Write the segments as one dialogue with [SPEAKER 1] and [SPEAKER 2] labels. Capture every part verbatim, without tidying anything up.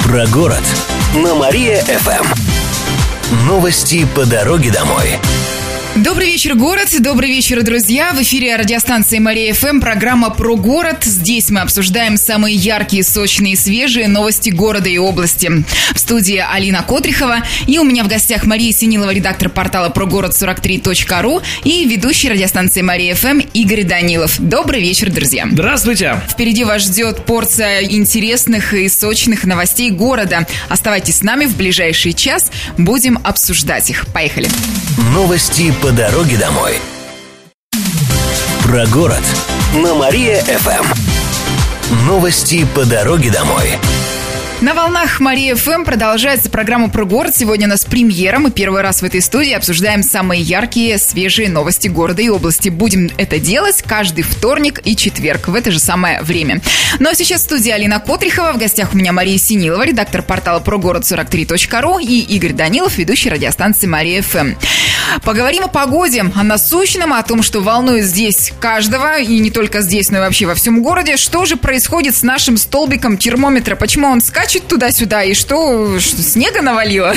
[SPEAKER 1] Про город на Мария-ФМ. Новости по дороге домой.
[SPEAKER 2] Добрый вечер, город. Добрый вечер, друзья. В эфире радиостанции Мария-ФМ, программа «Про город». Здесь мы обсуждаем самые яркие, сочные, свежие новости города и области. В студии Алина Котрихова. И у меня в гостях Мария Синилова, редактор портала про город сорок три точка ру, и ведущий радиостанции Мария-ФМ Игорь Данилов. Добрый вечер, друзья.
[SPEAKER 3] Здравствуйте.
[SPEAKER 2] Впереди вас ждет порция интересных и сочных новостей города. Оставайтесь с нами в ближайший час. Будем обсуждать их. Поехали.
[SPEAKER 1] Новости по дороге домой. Про город на Мария-ФМ. Новости по дороге домой.
[SPEAKER 2] На волнах Мария-ФМ продолжается программа «Про город». Сегодня у нас премьера. Мы первый раз в этой студии обсуждаем самые яркие, свежие новости города и области. Будем это делать каждый вторник и четверг в это же самое время. Ну а сейчас в студии Алина Котрихова. В гостях у меня Мария Синилова, редактор портала про город сорок три точка ру, и Игорь Данилов, ведущий радиостанции Мария-ФМ. Поговорим о погоде, о насущном, о том, что волнует здесь каждого, и не только здесь, но и вообще во всем городе. Что же происходит с нашим столбиком термометра? Почему он скачет туда-сюда, и что, что снега навалило?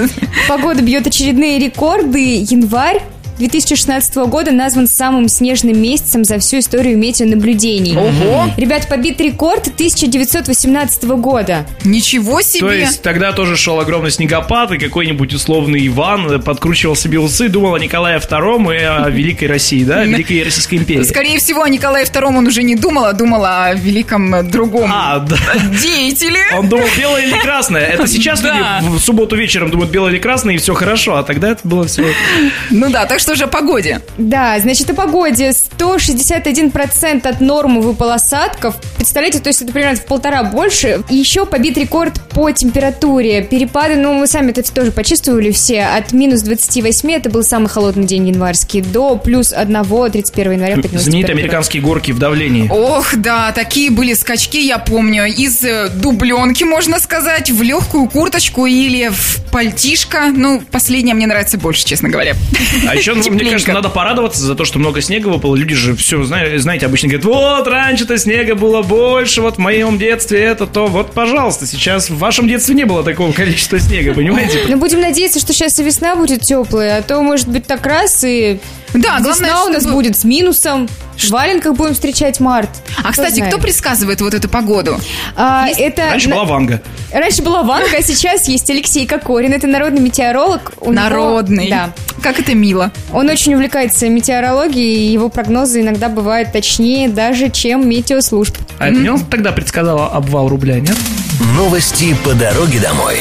[SPEAKER 4] Погода бьет очередные рекорды. Январь две тысячи шестнадцатого года назван самым снежным месяцем за всю историю метеонаблюдений.
[SPEAKER 2] Ого!
[SPEAKER 4] Ребят, побит рекорд тысяча девятьсот восемнадцатого года.
[SPEAKER 2] Ничего себе!
[SPEAKER 3] То есть тогда тоже шел огромный снегопад, и какой-нибудь условный Иван подкручивал себе усы, думал о Николае Втором и о Великой России, да, Великой Российской империи.
[SPEAKER 2] Скорее всего, о Николае Втором он уже не думал, а думал о великом другом
[SPEAKER 3] а, да.
[SPEAKER 2] деятеле.
[SPEAKER 3] Он думал, белое или красное. Это сейчас
[SPEAKER 2] да.
[SPEAKER 3] люди в субботу вечером думают, белое или красное, и все хорошо, а тогда это было все...
[SPEAKER 2] Ну да, так что же о погоде.
[SPEAKER 4] Да, значит, о погоде. сто шестьдесят один процент от нормы выпало осадков. Представляете, то есть это примерно в полтора больше. И еще побит рекорд по температуре. Перепады, ну, мы сами это тоже почувствовали все. От минус двадцати восьми, это был самый холодный день январский, до плюс одного тридцать первого января.
[SPEAKER 3] Знаменитые американские горки в давлении.
[SPEAKER 2] Ох, да, такие были скачки, я помню. Из дубленки, можно сказать, в легкую курточку или в пальтишко. Ну, последнее мне нравится больше, честно говоря.
[SPEAKER 3] А еще, мне кажется, надо порадоваться за то, что много снега выпало. Люди же все, знаете, обычно говорят, вот, раньше-то снега было больше, вот в моем детстве это то. Вот, пожалуйста, сейчас в вашем детстве не было такого количества снега, понимаете?
[SPEAKER 4] Ну, будем надеяться, что сейчас и весна будет теплая, а то, может быть, так раз и...
[SPEAKER 2] Да,
[SPEAKER 4] весна
[SPEAKER 2] главное,
[SPEAKER 4] у нас
[SPEAKER 2] чтобы...
[SPEAKER 4] будет с минусом. В валенках будем встречать март.
[SPEAKER 2] А,
[SPEAKER 4] кто
[SPEAKER 2] кстати,
[SPEAKER 4] знает.
[SPEAKER 2] кто предсказывает вот эту погоду?
[SPEAKER 4] А, это...
[SPEAKER 3] Раньше была Ванга.
[SPEAKER 4] Раньше была Ванга, а сейчас есть Алексей Кокорин. Это народный метеоролог. У
[SPEAKER 2] народный?
[SPEAKER 4] Него... Да.
[SPEAKER 2] Как это мило.
[SPEAKER 4] Он очень увлекается метеорологией, и его прогнозы иногда бывают точнее даже, чем метеослужб.
[SPEAKER 3] А это не он тогда предсказал обвал рубля, нет?
[SPEAKER 1] Новости по дороге домой.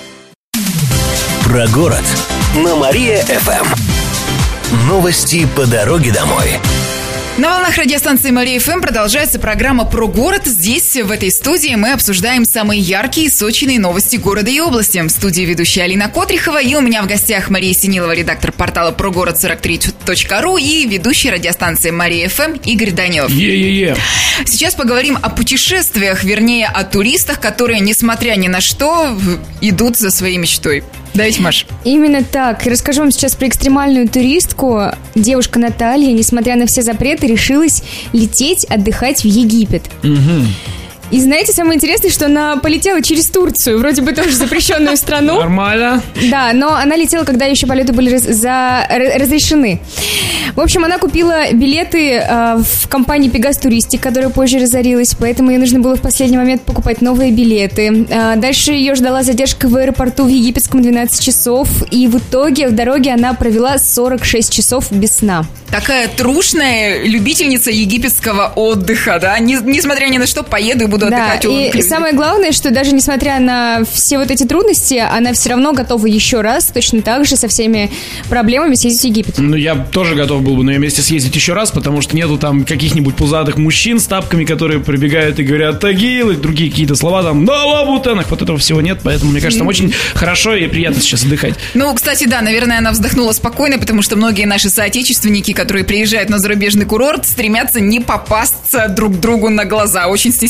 [SPEAKER 1] Про город на Мария-ФМ. Новости по дороге домой.
[SPEAKER 2] На волнах радиостанции Мария-ФМ продолжается программа «Про город». Здесь, в этой студии, мы обсуждаем самые яркие и сочные новости города и области. В студии ведущая Алина Котрихова, и у меня в гостях Мария Синилова, редактор портала про город сорок три точка ру, и ведущий радиостанции Мария-ФМ Игорь Данилов.
[SPEAKER 3] Е-е-е.
[SPEAKER 2] Сейчас поговорим о путешествиях, вернее, о туристах, которые, несмотря ни на что, идут за своей мечтой. Да ведь, Маш?
[SPEAKER 4] Именно так. Расскажу вам сейчас про экстремальную туристку. Девушка Наталья, несмотря на все запреты, решилась лететь отдыхать в Египет.
[SPEAKER 3] Угу.
[SPEAKER 4] И знаете, самое интересное, что она полетела через Турцию, вроде бы тоже запрещенную страну.
[SPEAKER 3] Нормально.
[SPEAKER 4] Да, но она летела, когда еще полеты были раз, за, разрешены. В общем, она купила билеты э, в компании Pegasus Touristic, которая позже разорилась, поэтому ей нужно было в последний момент покупать новые билеты. Э, дальше ее ждала задержка в аэропорту в египетском двенадцать часов, и в итоге в дороге она провела сорок шесть часов без сна.
[SPEAKER 2] Такая трушная любительница египетского отдыха, да? Не, несмотря ни на что, поеду и буду
[SPEAKER 4] да,
[SPEAKER 2] отдыхать.
[SPEAKER 4] И самое главное, что даже несмотря на все вот эти трудности, она все равно готова еще раз, точно так же, со всеми проблемами съездить в Египет.
[SPEAKER 3] Ну, я тоже готов был бы на ее месте съездить еще раз, потому что нету там каких-нибудь пузатых мужчин с тапками, которые прибегают и говорят «тагил», и другие какие-то слова там «на лабутенах». Вот этого всего нет, поэтому, мне кажется, там очень хорошо и приятно сейчас отдыхать.
[SPEAKER 2] Ну, кстати, да, наверное, она вздохнула спокойно, потому что многие наши соотечественники, которые приезжают на зарубежный курорт, стремятся не попасться друг другу на глаза, очень стесняются друг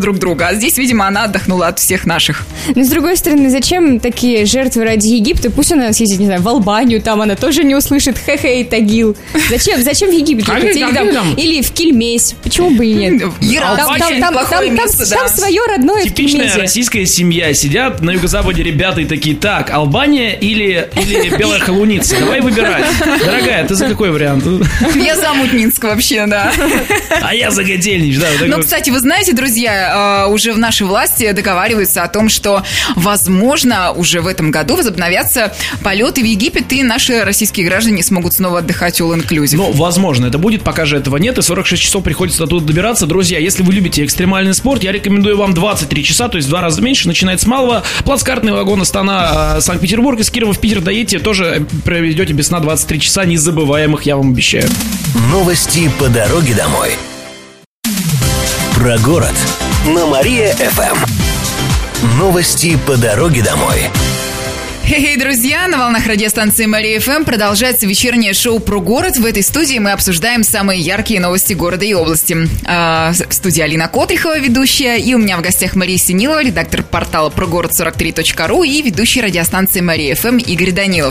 [SPEAKER 2] друг друга. А здесь, видимо, она отдохнула от всех наших.
[SPEAKER 4] Но, с другой стороны, зачем такие жертвы ради Египта? Пусть она съездит, не знаю, в Албанию, там она тоже не услышит хе-хей, Тагил. Зачем? Зачем в Египет?
[SPEAKER 3] А
[SPEAKER 4] Или, там, там? Или в Кельмесь. Почему бы и нет?
[SPEAKER 2] Иран,
[SPEAKER 4] там, там, там, там,
[SPEAKER 2] место,
[SPEAKER 4] там,
[SPEAKER 2] да.
[SPEAKER 4] там свое родное в
[SPEAKER 3] Типичная
[SPEAKER 4] Кельмесе.
[SPEAKER 3] российская семья. Сидят на юго-западе ребята и такие: так, Албания или, или Белая Холуница? Давай выбирать. Дорогая, ты за какой вариант?
[SPEAKER 2] Я за Мутнинск вообще, да.
[SPEAKER 3] А я за Котельнич, да. Вот
[SPEAKER 2] Но,
[SPEAKER 3] вот.
[SPEAKER 2] кстати, вы знаете, друзья, уже в нашей власти договариваются о том, что, возможно, уже в этом году возобновятся полеты в Египет, и наши российские граждане смогут снова отдыхать all-inclusive.
[SPEAKER 3] Ну, возможно, это будет, пока же этого нет, и сорок шесть часов приходится оттуда добираться. Друзья, если вы любите экстремальный спорт, я рекомендую вам двадцать три часа, то есть в два раза меньше, начинает с малого. Плацкартный вагон Астана, Санкт-Петербург, из Кирова в Питер доедете, тоже проведете без сна двадцать три часа незабываемых, я вам обещаю.
[SPEAKER 1] Новости по дороге домой. Про город на Мария-ФМ. Новости по дороге домой.
[SPEAKER 2] Хей-хей, друзья, на волнах радиостанции Мария-ФМ продолжается вечернее шоу про город. В этой студии мы обсуждаем самые яркие новости города и области. А, в студии Алина Котрихова, ведущая, и у меня в гостях Мария Синилова, редактор портала прогород сорок три точка ру и ведущий радиостанции Мария-ФМ Игорь Данилов.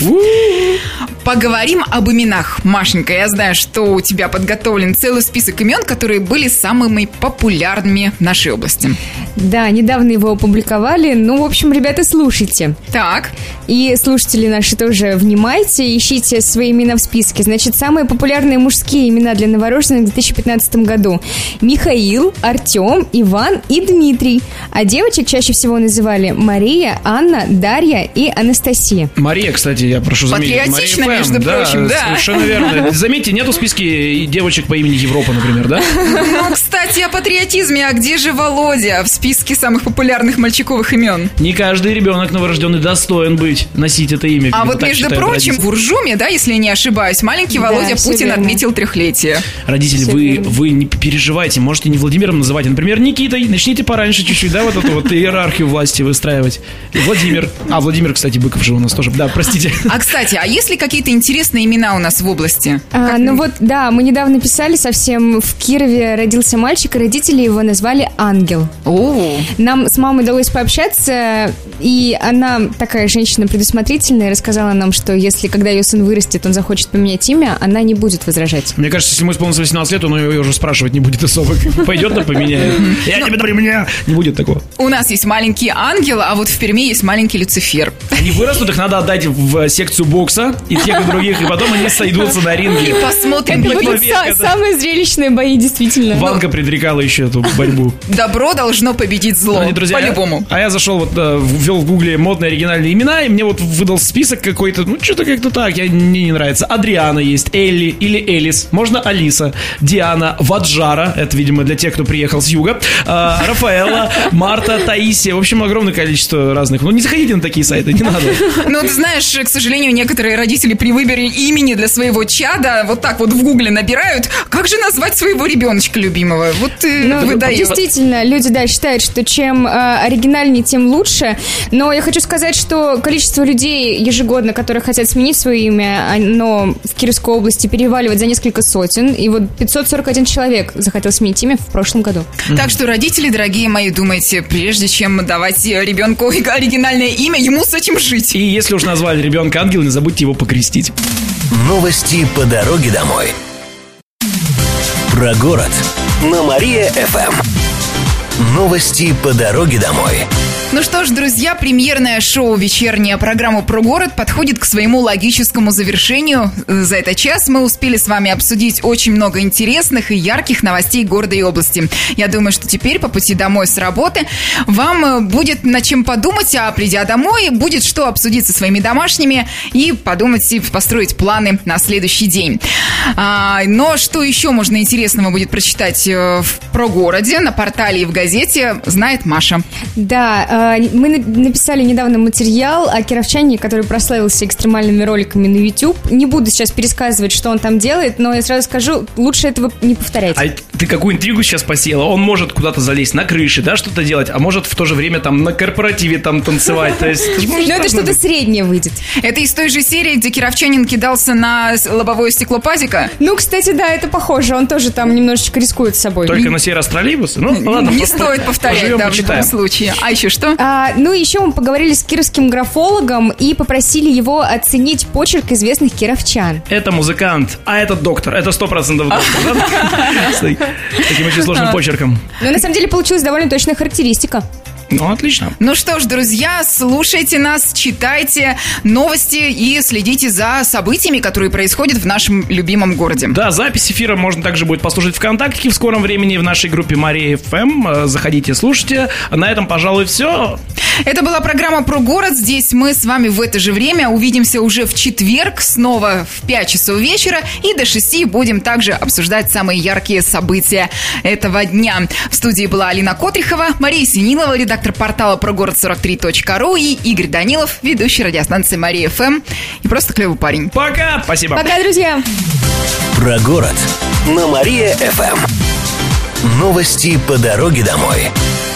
[SPEAKER 2] Поговорим об именах. Машенька, я знаю, что у тебя подготовлен целый список имен, которые были самыми популярными в нашей области.
[SPEAKER 4] Да, недавно его опубликовали. Ну, в общем, ребята, слушайте.
[SPEAKER 2] Так.
[SPEAKER 4] И слушатели наши тоже внимайте, ищите свои имена в списке. Значит, самые популярные мужские имена для новорожденных в две тысячи пятнадцатом году: Михаил, Артем, Иван и Дмитрий. А девочек чаще всего называли Мария, Анна, Дарья и Анастасия.
[SPEAKER 3] Мария, кстати, я прошу заметить.
[SPEAKER 2] Патриотично,
[SPEAKER 3] Мария
[SPEAKER 2] между
[SPEAKER 3] ФМ,
[SPEAKER 2] прочим, да.
[SPEAKER 3] Совершенно верно. Заметьте, нету в списке девочек по имени Европа, например, да?
[SPEAKER 2] Ну, кстати, о патриотизме. А где же Володя в списке самых популярных мальчиковых имен?
[SPEAKER 3] Не каждый ребенок новорожденный достоин быть, носить это имя.
[SPEAKER 2] А вот,
[SPEAKER 3] так
[SPEAKER 2] между
[SPEAKER 3] считают
[SPEAKER 2] прочим,
[SPEAKER 3] родители.
[SPEAKER 2] в Уржуме, да, если я не ошибаюсь, маленький
[SPEAKER 4] Да,
[SPEAKER 2] Володя
[SPEAKER 4] всё
[SPEAKER 2] Путин
[SPEAKER 4] верно.
[SPEAKER 2] отметил трехлетие.
[SPEAKER 3] Родители,
[SPEAKER 4] Всё
[SPEAKER 3] вы,
[SPEAKER 4] верно.
[SPEAKER 3] вы не переживайте, можете не Владимиром называть, а, например, Никитой. Начните пораньше чуть-чуть, да, вот эту вот иерархию власти выстраивать. И Владимир. А, Владимир, кстати, Быков же у нас тоже. Да, простите.
[SPEAKER 2] А, кстати, а есть ли какие-то интересные имена у нас в области?
[SPEAKER 4] А,
[SPEAKER 2] Как-
[SPEAKER 4] ну вот, да, мы недавно писали совсем, в Кирове родился мальчик, и родители его назвали Ангел.
[SPEAKER 2] О,
[SPEAKER 4] Нам с мамой удалось пообщаться, и она такая женщина предусмотрительная, рассказала нам, что если, когда ее сын вырастет, он захочет поменять имя, она не будет возражать.
[SPEAKER 3] Мне кажется, если ему исполнится восемнадцать лет, он ее уже спрашивать не будет особо. Пойдет, да поменяет. Я тебе при меня. Не будет такого.
[SPEAKER 2] у нас есть маленький ангел, а вот в Перми есть маленький Люцифер.
[SPEAKER 3] Они вырастут, их надо отдать в секцию бокса и тех, и других, и потом они сойдутся на
[SPEAKER 2] И
[SPEAKER 3] ринге.
[SPEAKER 2] посмотрим,
[SPEAKER 4] Это
[SPEAKER 2] какие-
[SPEAKER 4] будут
[SPEAKER 3] человека,
[SPEAKER 4] са-
[SPEAKER 3] да.
[SPEAKER 4] самые зрелищные бои, действительно.
[SPEAKER 3] Ванга предрекала еще эту борьбу.
[SPEAKER 2] добро должно победить зло.
[SPEAKER 3] Ну, друзья,
[SPEAKER 2] По-любому.
[SPEAKER 3] А я зашел, вот, э, ввел в гугле модные оригинальные имена, и мне вот выдал список какой-то, ну, что-то как-то так, я, мне не нравится. Адриана есть, Элли или Элис, можно Алиса, Диана, Ваджара, это, видимо, для тех, кто приехал с юга, э, Рафаэла, Марта, Таисия, в общем, огромное количество разных. Ну, не заходите на такие сайты, не надо.
[SPEAKER 2] Ну, ты знаешь, к сожалению, некоторые родители при выборе имени для своего чада вот так вот в гугле набирают, как же назвать своего ребеночка любимого. Вот и
[SPEAKER 4] Ну,
[SPEAKER 2] выдает.
[SPEAKER 4] действительно, люди, да, считают, что чем э, оригинальнее, тем лучше. Но я хочу сказать, что количество людей ежегодно, которые хотят сменить свое имя, оно в Кировской области переваливает за несколько сотен. И вот пятьсот сорок один человек захотел сменить имя в прошлом году.
[SPEAKER 2] Так что, родители, дорогие мои, думайте, прежде чем давать ребенку оригинальное имя, ему с этим жить.
[SPEAKER 3] И если уж назвали ребенка ангел, не забудьте его покрестить.
[SPEAKER 1] Новости по дороге домой. Про город на Мария-ФМ. Новости по дороге домой.
[SPEAKER 2] Ну что ж, друзья, премьерное шоу «Вечерняя программа про город» подходит к своему логическому завершению. За этот час мы успели с вами обсудить очень много интересных и ярких новостей города и области. Я думаю, что теперь по пути домой с работы вам будет над чем подумать, а придя домой, будет что обсудить со своими домашними и подумать и построить планы на следующий день. А, но что еще можно интересного будет прочитать в «Про городе» на портале и в газете, знает Маша.
[SPEAKER 4] Да, Мы написали недавно материал о кировчане, который прославился экстремальными роликами на YouTube. Не буду сейчас пересказывать, что он там делает, но я сразу скажу, лучше этого не повторять.
[SPEAKER 3] А ты какую интригу сейчас посеяла? Он может куда-то залезть на крыше, да, что-то делать, а может в то же время там на корпоративе там танцевать. То есть,
[SPEAKER 4] ну, это что-то среднее выйдет.
[SPEAKER 2] Это из той же серии, где кировчанин кидался на лобовое стекло пазика?
[SPEAKER 4] Ну, кстати, да, это похоже. Он тоже там немножечко рискует собой.
[SPEAKER 3] Только на сей раз троллейбусы? Ну, ладно.
[SPEAKER 2] Не стоит повторять, да, в любом случае. А еще что?
[SPEAKER 4] А, ну, еще мы поговорили с кировским графологом и попросили его оценить почерк известных кировчан.
[SPEAKER 3] Это музыкант, а это доктор. Это сто процентов доктор, да? С таким очень сложным почерком.
[SPEAKER 4] Ну, на самом деле, получилась довольно точная характеристика.
[SPEAKER 3] Ну, отлично.
[SPEAKER 2] Ну что ж, друзья, слушайте нас, читайте новости и следите за событиями, которые происходят в нашем любимом городе.
[SPEAKER 3] Да, запись эфира можно также будет послушать ВКонтакте в скором времени в нашей группе Мария эф эм. Заходите, слушайте. На этом, пожалуй, все.
[SPEAKER 2] Это была программа про город. Здесь мы с вами в это же время увидимся уже в четверг, снова в пять часов вечера. И до шести будем также обсуждать самые яркие события этого дня. В студии была Алина Котрихова, Мария Синилова, редактор портала прогород сорок три точка ру, и Игорь Данилов, ведущий радиостанции Мария эф эм. И просто клевый парень.
[SPEAKER 3] Пока! Спасибо.
[SPEAKER 4] Пока, друзья.
[SPEAKER 1] Про город на Мария эф эм. Новости по дороге домой.